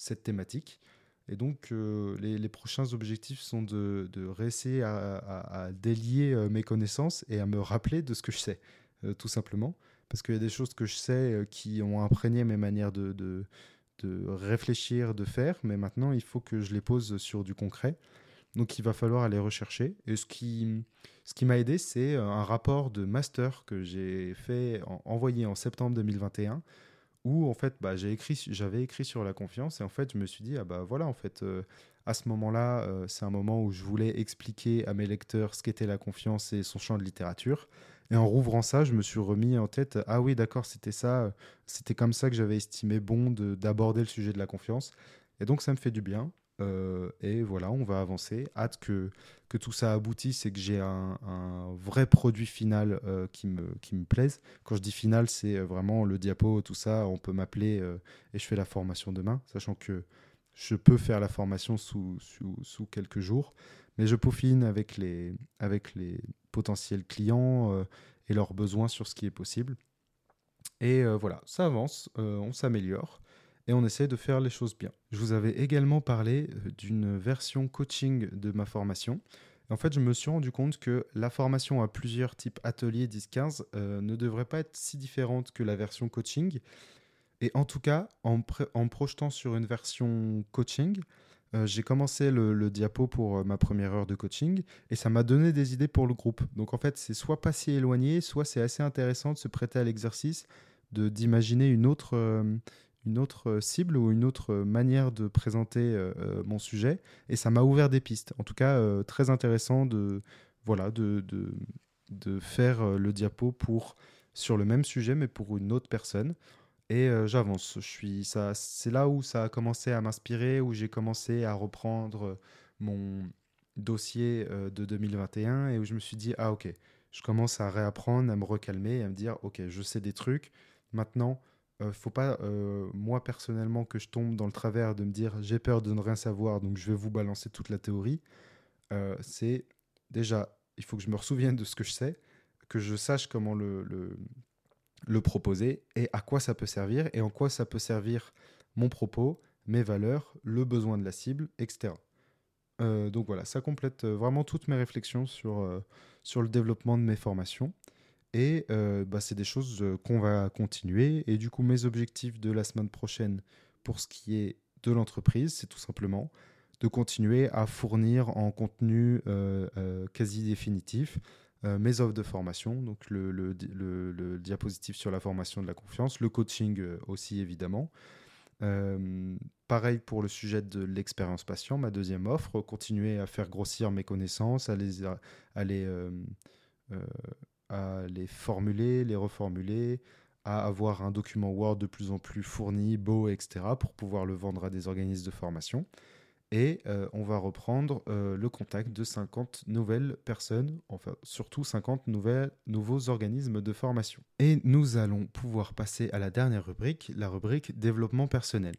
cette thématique. Et donc, euh, les, les prochains objectifs sont de, de réessayer à, à- à délier euh, mes connaissances et à me rappeler de ce que je sais, euh, tout simplement. Parce qu'il y a des choses que je sais euh, qui ont imprégné mes manières de, de, de réfléchir, de faire, mais maintenant, il faut que je les pose sur du concret. Donc, il va falloir aller rechercher. Et ce qui, ce qui m'a aidé, c'est un rapport de master que j'ai fait, en- envoyé en septembre deux mille vingt et un, où en fait bah, j'ai écrit, j'avais écrit sur la confiance et en fait je me suis dit ah bah voilà en fait euh, à ce moment-là euh, c'est un moment où je voulais expliquer à mes lecteurs ce qu'était la confiance et son champ de littérature et en rouvrant ça je me suis remis en tête ah oui d'accord c'était ça euh, c'était comme ça que j'avais estimé bon de- d'aborder le sujet de la confiance et donc ça me fait du bien. Euh, et voilà on va avancer hâte que que tout ça aboutisse et que j'ai un, un vrai produit final euh, qui me qui me plaise. Quand je dis final, c'est euh, vraiment le diapo, tout ça. On peut m'appeler euh, et je fais la formation demain, sachant que je peux faire la formation sous, sous, sous quelques jours. Mais je peaufine avec les, avec les potentiels clients euh, et leurs besoins sur ce qui est possible. Et euh, voilà, ça avance, euh, on s'améliore et on essaie de faire les choses bien. Je vous avais également parlé euh, d'une version coaching de ma formation. En fait, je me suis rendu compte que la formation à plusieurs types ateliers dix quinze euh, ne devrait pas être si différente que la version coaching. Et en tout cas, en, pré- en projetant sur une version coaching, euh, j'ai commencé le, le diapo pour euh, ma première heure de coaching et ça m'a donné des idées pour le groupe. Donc en fait, c'est soit pas si éloigné, soit c'est assez intéressant de se prêter à l'exercice, de d'imaginer une autre, euh, une autre euh, cible ou une autre euh, manière de présenter euh, euh, mon sujet. Et ça m'a ouvert des pistes. En tout cas, euh, très intéressant de, voilà, de, de, de faire euh, le diapo pour, sur le même sujet, mais pour une autre personne. Et euh, j'avance. Je suis, ça, c'est là où ça a commencé à m'inspirer, où j'ai commencé à reprendre euh, mon dossier euh, de deux mille vingt et un et où je me suis dit, ah ok, je commence à réapprendre, à me recalmer et à me dire, ok, je sais des trucs. Maintenant, euh, faut pas, euh, moi personnellement, que je tombe dans le travers de me dire, j'ai peur de ne rien savoir, donc je vais vous balancer toute la théorie. Euh, c'est déjà, il faut que je me souvienne de ce que je sais, que je sache comment le, le le proposer et à quoi ça peut servir et en quoi ça peut servir mon propos, mes valeurs, le besoin de la cible, et cetera. Euh, donc voilà, ça complète euh, vraiment toutes mes réflexions sur, euh, sur le développement de mes formations. Et euh, bah, c'est des choses euh, qu'on va continuer. Et du coup, mes objectifs de la semaine prochaine pour ce qui est de l'entreprise, c'est tout simplement de continuer à fournir en contenu euh, euh, quasi définitif euh, mes offres de formation, donc le, le, le, le diapositive sur la formation de la confiance, le coaching euh, aussi évidemment. Euh, pareil pour le sujet de l'expérience patient, ma deuxième offre, continuer à faire grossir mes connaissances, à les, à les, euh, euh, à les formuler, les reformuler, à avoir un document Word de plus en plus fourni, beau, et cetera, pour pouvoir le vendre à des organismes de formation. Et euh, on va reprendre euh, le contact de cinquante nouvelles personnes, enfin surtout cinquante nouvelles, nouveaux organismes de formation. Et nous allons pouvoir passer à la dernière rubrique, la rubrique développement personnel.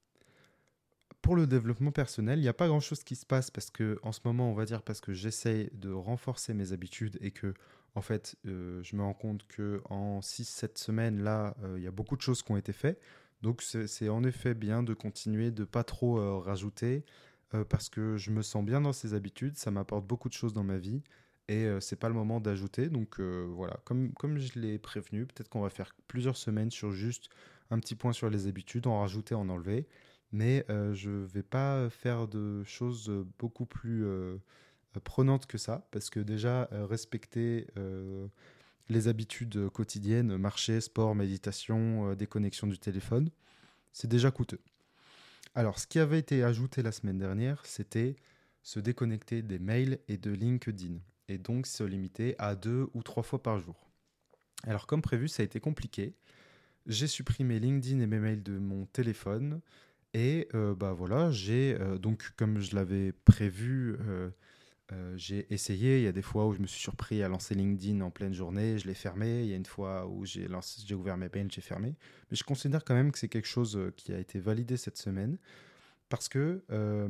Pour le développement personnel, il n'y a pas grand-chose qui se passe parce que, en ce moment, on va dire parce que j'essaye de renforcer mes habitudes et que, en fait, euh, je me rends compte que en six sept semaines, là, euh, il y a beaucoup de choses qui ont été faites. Donc, c'est c'est en effet bien de continuer, de pas trop euh, rajouter euh, parce que je me sens bien dans ces habitudes, ça m'apporte beaucoup de choses dans ma vie et euh, c'est pas le moment d'ajouter. Donc, euh, voilà, comme, comme je l'ai prévenu, peut-être qu'on va faire plusieurs semaines sur juste un petit point sur les habitudes, en rajouter, en enlever. Mais euh, je ne vais pas faire de choses beaucoup plus euh, prenantes que ça, parce que déjà, euh, respecter euh, les habitudes quotidiennes, marcher, sport, méditation, euh, déconnexion du téléphone, c'est déjà coûteux. Alors, ce qui avait été ajouté la semaine dernière, c'était se déconnecter des mails et de LinkedIn, et donc se limiter à deux ou trois fois par jour. Alors, comme prévu, ça a été compliqué. J'ai supprimé LinkedIn et mes mails de mon téléphone. Et euh, bah voilà, j'ai euh, donc comme je l'avais prévu, euh, euh, j'ai essayé. Il y a des fois où je me suis surpris à lancer LinkedIn en pleine journée, je l'ai fermé. Il y a une fois où j'ai lancé, j'ai ouvert mes mails, j'ai fermé. Mais je considère quand même que c'est quelque chose euh, qui a été validé cette semaine parce que euh,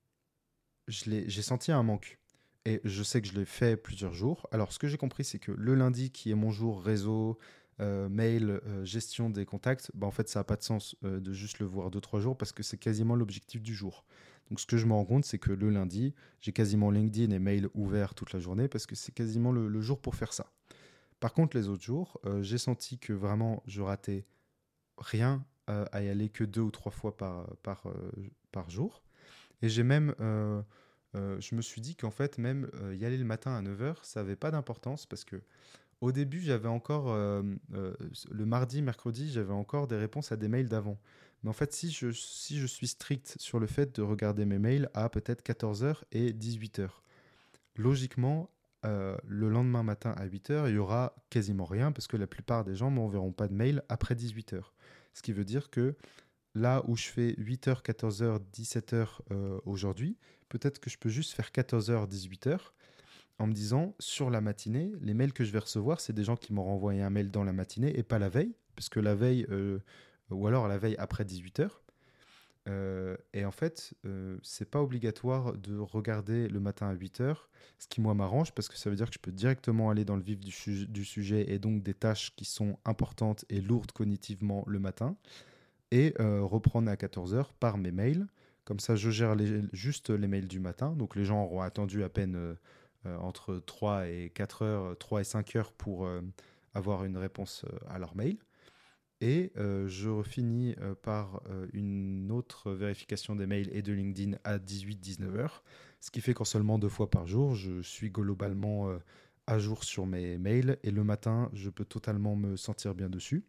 je l'ai- j'ai senti un manque. Et je sais que je l'ai fait plusieurs jours. Alors ce que j'ai compris, c'est que le lundi, qui est mon jour réseau, euh, mail, euh, gestion des contacts, bah, en fait, ça n'a pas de sens euh, de juste le voir deux trois jours parce que c'est quasiment l'objectif du jour. Donc, ce que je me rends compte, c'est que le lundi, j'ai quasiment LinkedIn et mail ouverts toute la journée parce que c'est quasiment le, le jour pour faire ça. Par contre, les autres jours, euh, j'ai senti que vraiment, je ratais rien euh, à y aller que deux ou trois fois par, par, euh, par jour. Et j'ai même, euh, euh, je me suis dit qu'en fait, même euh, y aller le matin à neuf heures, ça n'avait pas d'importance parce que au début, j'avais encore, euh, euh, le mardi, mercredi, j'avais encore des réponses à des mails d'avant. Mais en fait, si je, si je suis strict sur le fait de regarder mes mails à peut-être quatorze heures et dix-huit heures, logiquement, euh, le lendemain matin à huit heures, il y aura quasiment rien parce que la plupart des gens ne m'enverront pas de mail après dix-huit heures. Ce qui veut dire que là où je fais huit heures, quatorze heures, dix-sept heures euh, aujourd'hui, peut-être que je peux juste faire quatorze heures, dix-huit heures en me disant sur la matinée, les mails que je vais recevoir, c'est des gens qui m'ont renvoyé un mail dans la matinée et pas la veille, puisque la veille, euh, ou alors la veille après dix-huit heures. Euh, et en fait, euh, c'est pas obligatoire de regarder le matin à huit heures, ce qui moi m'arrange parce que ça veut dire que je peux directement aller dans le vif du, su- du sujet et donc des tâches qui sont importantes et lourdes cognitivement le matin et euh, reprendre à quatorze heures par mes mails. Comme ça, je gère les- juste les mails du matin. Donc les gens auront attendu à peine euh, euh, entre trois et quatre heures, trois et cinq heures pour euh, avoir une réponse euh, à leur mail. Et euh, je finis euh, par euh, une autre vérification des mails et de LinkedIn à dix-huit dix-neuf heures. Ce qui fait qu'en seulement deux fois par jour, je suis globalement euh, à jour sur mes mails. Et le matin, je peux totalement me sentir bien dessus.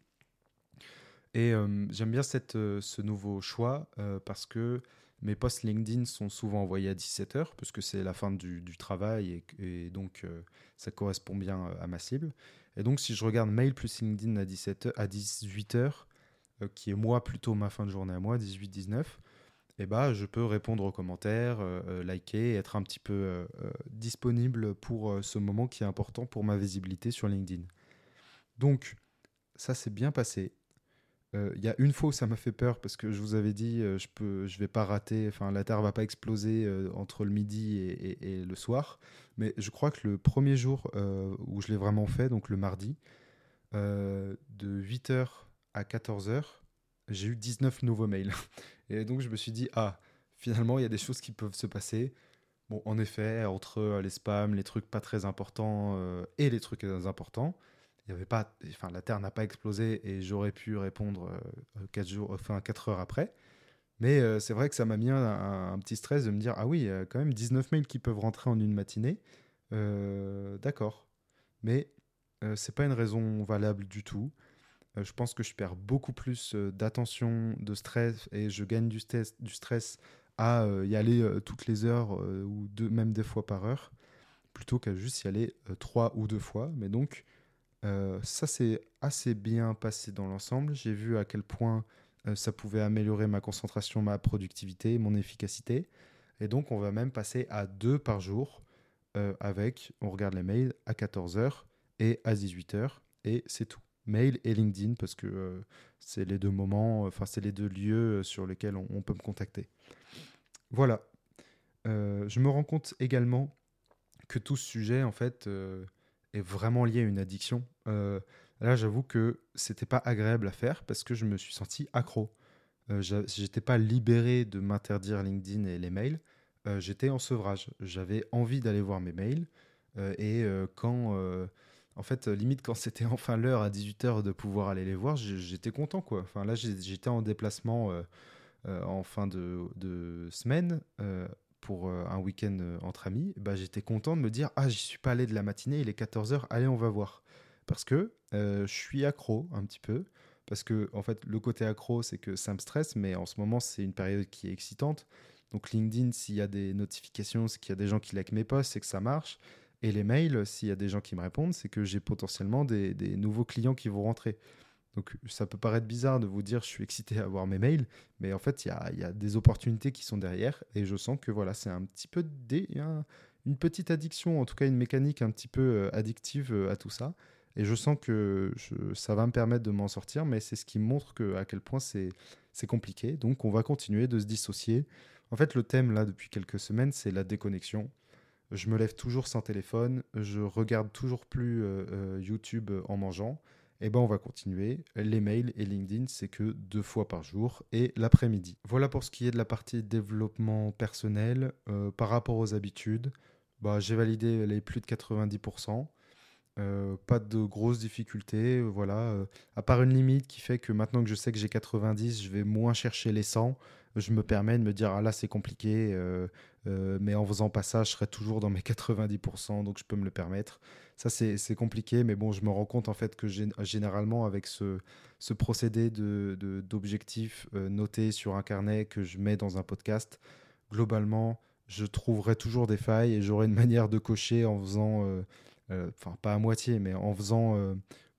Et euh, j'aime bien cette, euh, ce nouveau choix euh, parce que mes posts LinkedIn sont souvent envoyés à dix-sept heures, parce que c'est la fin du, du travail et, et donc euh, ça correspond bien euh, à ma cible. Et donc si je regarde mail plus LinkedIn à, dix-sept heures, à dix-huit heures, euh, qui est moi plutôt ma fin de journée à moi, dix-huit dix-neuf, et bah, je peux répondre aux commentaires, euh, euh, liker, être un petit peu euh, euh, disponible pour euh, ce moment qui est important pour ma visibilité sur LinkedIn. Donc ça s'est bien passé. Il euh, y a une fois où ça m'a fait peur parce que je vous avais dit euh, je peux je vais pas rater, enfin la Terre va pas exploser euh, entre le midi et, et- et le soir, mais je crois que le premier jour euh, où je l'ai vraiment fait, donc le mardi, euh, de huit heures à quatorze heures, j'ai eu dix-neuf nouveaux mails. Et donc je me suis dit ah, finalement il y a des choses qui peuvent se passer. Bon, en effet, entre euh, les spams, les trucs pas très importants euh, et les trucs très importants, il y avait pas, enfin, la Terre n'a pas explosé et j'aurais pu répondre euh, quatre jours, enfin quatre heures après. Mais euh, c'est vrai que ça m'a mis un, un- un petit stress de me dire ah oui, il y a quand même dix-neuf mails qui peuvent rentrer en une matinée. Euh, d'accord, mais euh, c'est pas une raison valable du tout. Euh, je pense que je perds beaucoup plus euh, d'attention, de stress, et je gagne du stress, du stress à euh, y aller euh, toutes les heures euh, ou deux, même des fois par heure, plutôt qu'à juste y aller euh, trois ou deux fois. Mais donc, euh, ça s'est assez bien passé dans l'ensemble. J'ai vu à quel point euh, ça pouvait améliorer ma concentration, ma productivité, mon efficacité. Et donc, on va même passer à deux par jour euh, avec, on regarde les mails à quatorze heures et à dix-huit heures, et c'est tout. Mail et LinkedIn, parce que euh, c'est les deux moments, enfin, c'est les deux lieux euh, sur lesquels on, on peut me contacter. Voilà. Euh, je me rends compte également que tout ce sujet, en fait, euh, est vraiment lié à une addiction. Euh, là, j'avoue que c'était pas agréable à faire parce que je me suis senti accro. Euh, j'a- j'étais pas libéré de m'interdire LinkedIn et les mails. Euh, j'étais en sevrage. J'avais envie d'aller voir mes mails. Euh, et euh, quand, euh, en fait, euh, limite quand c'était enfin l'heure à dix-huit heures de pouvoir aller les voir, j'- j'étais content quoi. Enfin là, j'ai- j'étais en déplacement euh, euh, en fin de, de semaine euh, pour euh, un week-end euh, entre amis. Bah, j'étais content de me dire ah, j'y suis pas allé de la matinée, il est quatorze heures, allez, on va voir. Parce que euh, je suis accro un petit peu. Parce que, en fait, le côté accro, c'est que ça me stresse, mais en ce moment, c'est une période qui est excitante. Donc, LinkedIn, s'il y a des notifications, c'est qu'il y a des gens qui likent mes posts, c'est que ça marche. Et les mails, s'il y a des gens qui me répondent, c'est que j'ai potentiellement des, des nouveaux clients qui vont rentrer. Donc, ça peut paraître bizarre de vous dire je suis excité à voir mes mails, mais en fait, il y a, il y a des opportunités qui sont derrière. Et je sens que voilà, c'est un petit peu des, un- une petite addiction, en tout cas une mécanique un petit peu euh, addictive euh, à tout ça. Et je sens que je- ça va me permettre de m'en sortir, mais c'est ce qui montre que, à quel point c'est c'est compliqué. Donc, on va continuer de se dissocier. En fait, le thème, là, depuis quelques semaines, c'est la déconnexion. Je me lève toujours sans téléphone, je regarde toujours plus euh, euh, YouTube en mangeant. eh ben on va continuer. Les mails et LinkedIn, c'est que deux fois par jour et l'après-midi. Voilà pour ce qui est de la partie développement personnel. Euh, par rapport aux habitudes, bah, j'ai validé les plus de quatre-vingt-dix pour cent. Euh, pas de grosses difficultés, euh, voilà. Euh, à part une limite qui fait que maintenant que je sais que j'ai quatre-vingt-dix, je vais moins chercher les cent. Je me permets de me dire, ah là c'est compliqué, euh, euh, mais en faisant pas ça, je serai toujours dans mes quatre-vingt-dix pour cent, donc je peux me le permettre. Ça c'est c'est compliqué, mais bon, je me rends compte en fait que gén- généralement avec ce, ce procédé de, de- d'objectifs euh, notés sur un carnet que je mets dans un podcast, globalement, je trouverai toujours des failles et j'aurai une manière de cocher en faisant... euh, euh, enfin pas à moitié, mais en faisant euh,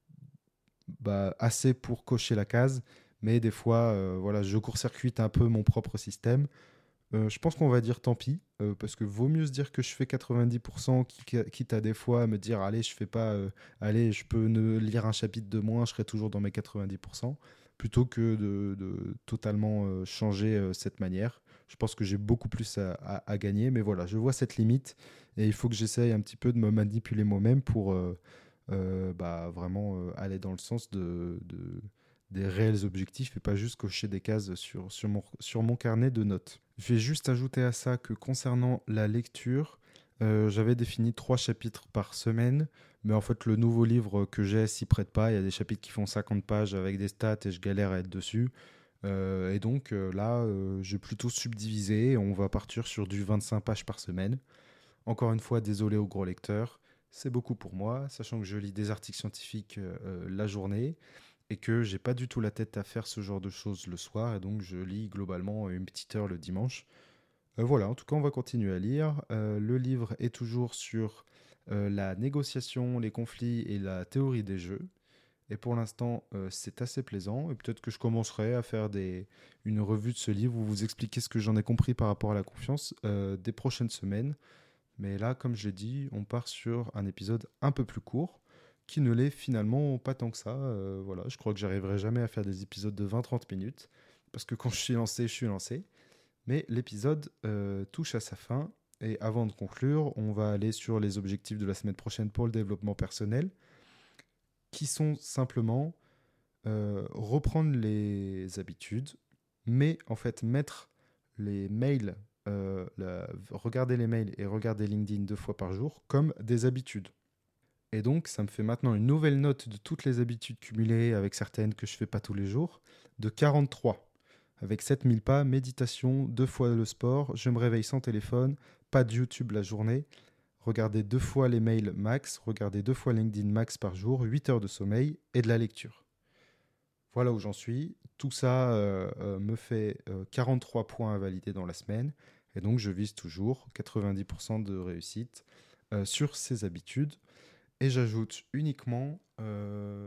bah, assez pour cocher la case. Mais des fois, euh, voilà, je court-circuite un peu mon propre système. Euh, je pense qu'on va dire tant pis, euh, parce que vaut mieux se dire que je fais quatre-vingt-dix pour cent, qui- quitte à des fois à me dire, allez, je fais pas, euh, allez, je peux ne lire un chapitre de moins, je serai toujours dans mes quatre-vingt-dix pour cent, plutôt que de, de totalement euh, changer euh, cette manière. Je pense que j'ai beaucoup plus à, à- à gagner, mais voilà, je vois cette limite et il faut que j'essaye un petit peu de me manipuler moi-même pour euh, euh, bah, vraiment euh, aller dans le sens de, de- des réels objectifs et pas juste cocher des cases sur, sur mon, sur mon carnet de notes. Je vais juste ajouter à ça que concernant la lecture, euh, j'avais défini trois chapitres par semaine, mais en fait le nouveau livre que j'ai s'y prête pas. Il y a des chapitres qui font cinquante pages avec des stats et je galère à être dessus. Euh, et donc euh, là, euh, je vais plutôt subdiviser et on va partir sur du vingt-cinq pages par semaine. Encore une fois, désolé aux gros lecteurs, c'est beaucoup pour moi, sachant que je lis des articles scientifiques euh, euh, la journée et que j'ai pas du tout la tête à faire ce genre de choses le soir, et donc je lis globalement une petite heure le dimanche. Euh, voilà, en tout cas, on va continuer à lire. Euh, le livre est toujours sur euh, la négociation, les conflits et la théorie des jeux. Et pour l'instant, euh, c'est assez plaisant. Et peut-être que je commencerai à faire des, une revue de ce livre où vous expliquer ce que j'en ai compris par rapport à la confiance euh, des prochaines semaines. Mais là, comme je l'ai dit, on part sur un épisode un peu plus court, qui ne l'est finalement pas tant que ça. Euh, voilà, je crois que j'arriverai jamais à faire des épisodes de vingt trente minutes, parce que quand je suis lancé, je suis lancé. Mais l'épisode euh, touche à sa fin, et avant de conclure, on va aller sur les objectifs de la semaine prochaine pour le développement personnel, qui sont simplement euh, reprendre les habitudes, mais en fait mettre les mails, euh, la- regarder les mails et regarder LinkedIn deux fois par jour comme des habitudes. Et donc, ça me fait maintenant une nouvelle note de toutes les habitudes cumulées avec certaines que je fais pas tous les jours, de quarante-trois. Avec sept mille pas, méditation, deux fois le sport, je me réveille sans téléphone, pas de YouTube la journée, regarder deux fois les mails max, regarder deux fois LinkedIn max par jour, huit heures de sommeil et de la lecture. Voilà où j'en suis. Tout ça euh, euh, me fait euh, quarante-trois points à valider dans la semaine. Et donc, je vise toujours quatre-vingt-dix pour cent de réussite euh, sur ces habitudes. Et j'ajoute uniquement euh,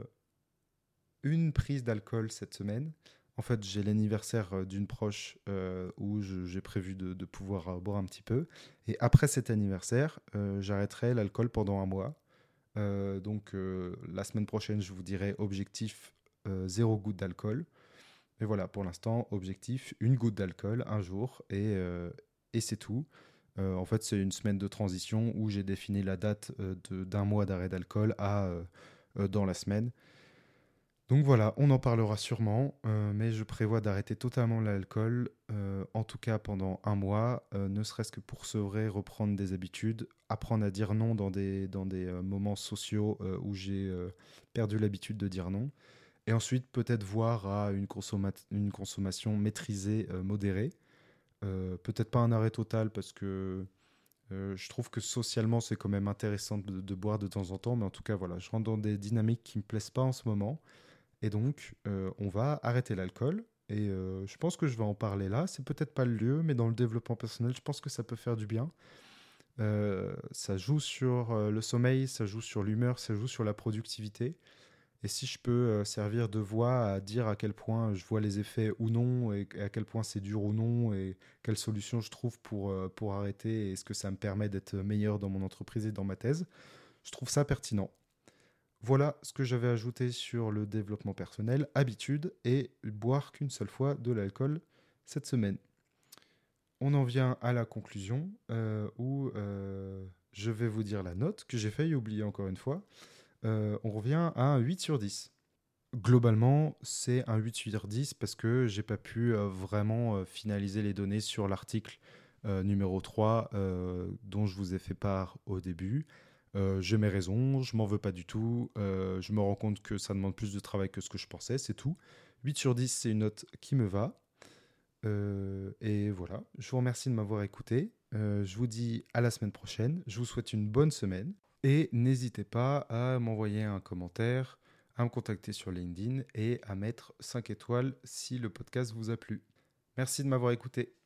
une prise d'alcool cette semaine. En fait, j'ai l'anniversaire euh, d'une proche euh, où je- j'ai prévu de, de pouvoir euh, boire un petit peu. Et après cet anniversaire, euh, j'arrêterai l'alcool pendant un mois. Euh, donc, euh, la semaine prochaine, je vous dirai objectif euh, zéro goutte d'alcool. Et voilà, pour l'instant, objectif, une goutte d'alcool un jour et, euh, et c'est tout. Euh, en fait, c'est une semaine de transition où j'ai défini la date euh, de- d'un mois d'arrêt d'alcool à euh, euh, dans la semaine. Donc voilà, on en parlera sûrement, euh, mais je prévois d'arrêter totalement l'alcool, euh, en tout cas pendant un mois, euh, ne serait-ce que pour se vrai, reprendre des habitudes, apprendre à dire non dans des, dans des euh, moments sociaux euh, où j'ai euh, perdu l'habitude de dire non. Et ensuite, peut-être voir à une, consomma- une consommation maîtrisée, euh, modérée. Euh, peut-être pas un arrêt total parce que euh, je trouve que socialement, c'est quand même intéressant de, de boire de temps en temps. Mais en tout cas, voilà, je rentre dans des dynamiques qui me plaisent pas en ce moment. Et donc, euh, on va arrêter l'alcool. Et euh, je pense que je vais en parler là. C'est peut-être pas le lieu, mais dans le développement personnel, je pense que ça peut faire du bien. Euh, ça joue sur euh, le sommeil, ça joue sur l'humeur, ça joue sur la productivité. Et si je peux euh, servir de voix à dire à quel point je vois les effets ou non, et à quel point c'est dur ou non, et quelles solutions je trouve pour, euh, pour arrêter, et est-ce que ça me permet d'être meilleur dans mon entreprise et dans ma thèse, je trouve ça pertinent. Voilà ce que j'avais ajouté sur le développement personnel, habitude, et boire qu'une seule fois de l'alcool cette semaine. On en vient à la conclusion, euh, où euh, je vais vous dire la note que j'ai failli oublier encore une fois. Euh, on revient à un huit sur dix. Globalement, c'est un huit sur dix parce que j'ai pas pu euh, vraiment euh, finaliser les données sur l'article euh, numéro trois euh, dont je vous ai fait part au début. Euh, j'ai mes raisons, je m'en veux pas du tout. Euh, je me rends compte que ça demande plus de travail que ce que je pensais, c'est tout. huit sur dix, c'est une note qui me va. Euh, et voilà, je vous remercie de m'avoir écouté. Euh, je vous dis à la semaine prochaine. Je vous souhaite une bonne semaine. Et n'hésitez pas à m'envoyer un commentaire, à me contacter sur LinkedIn et à mettre cinq étoiles si le podcast vous a plu. Merci de m'avoir écouté.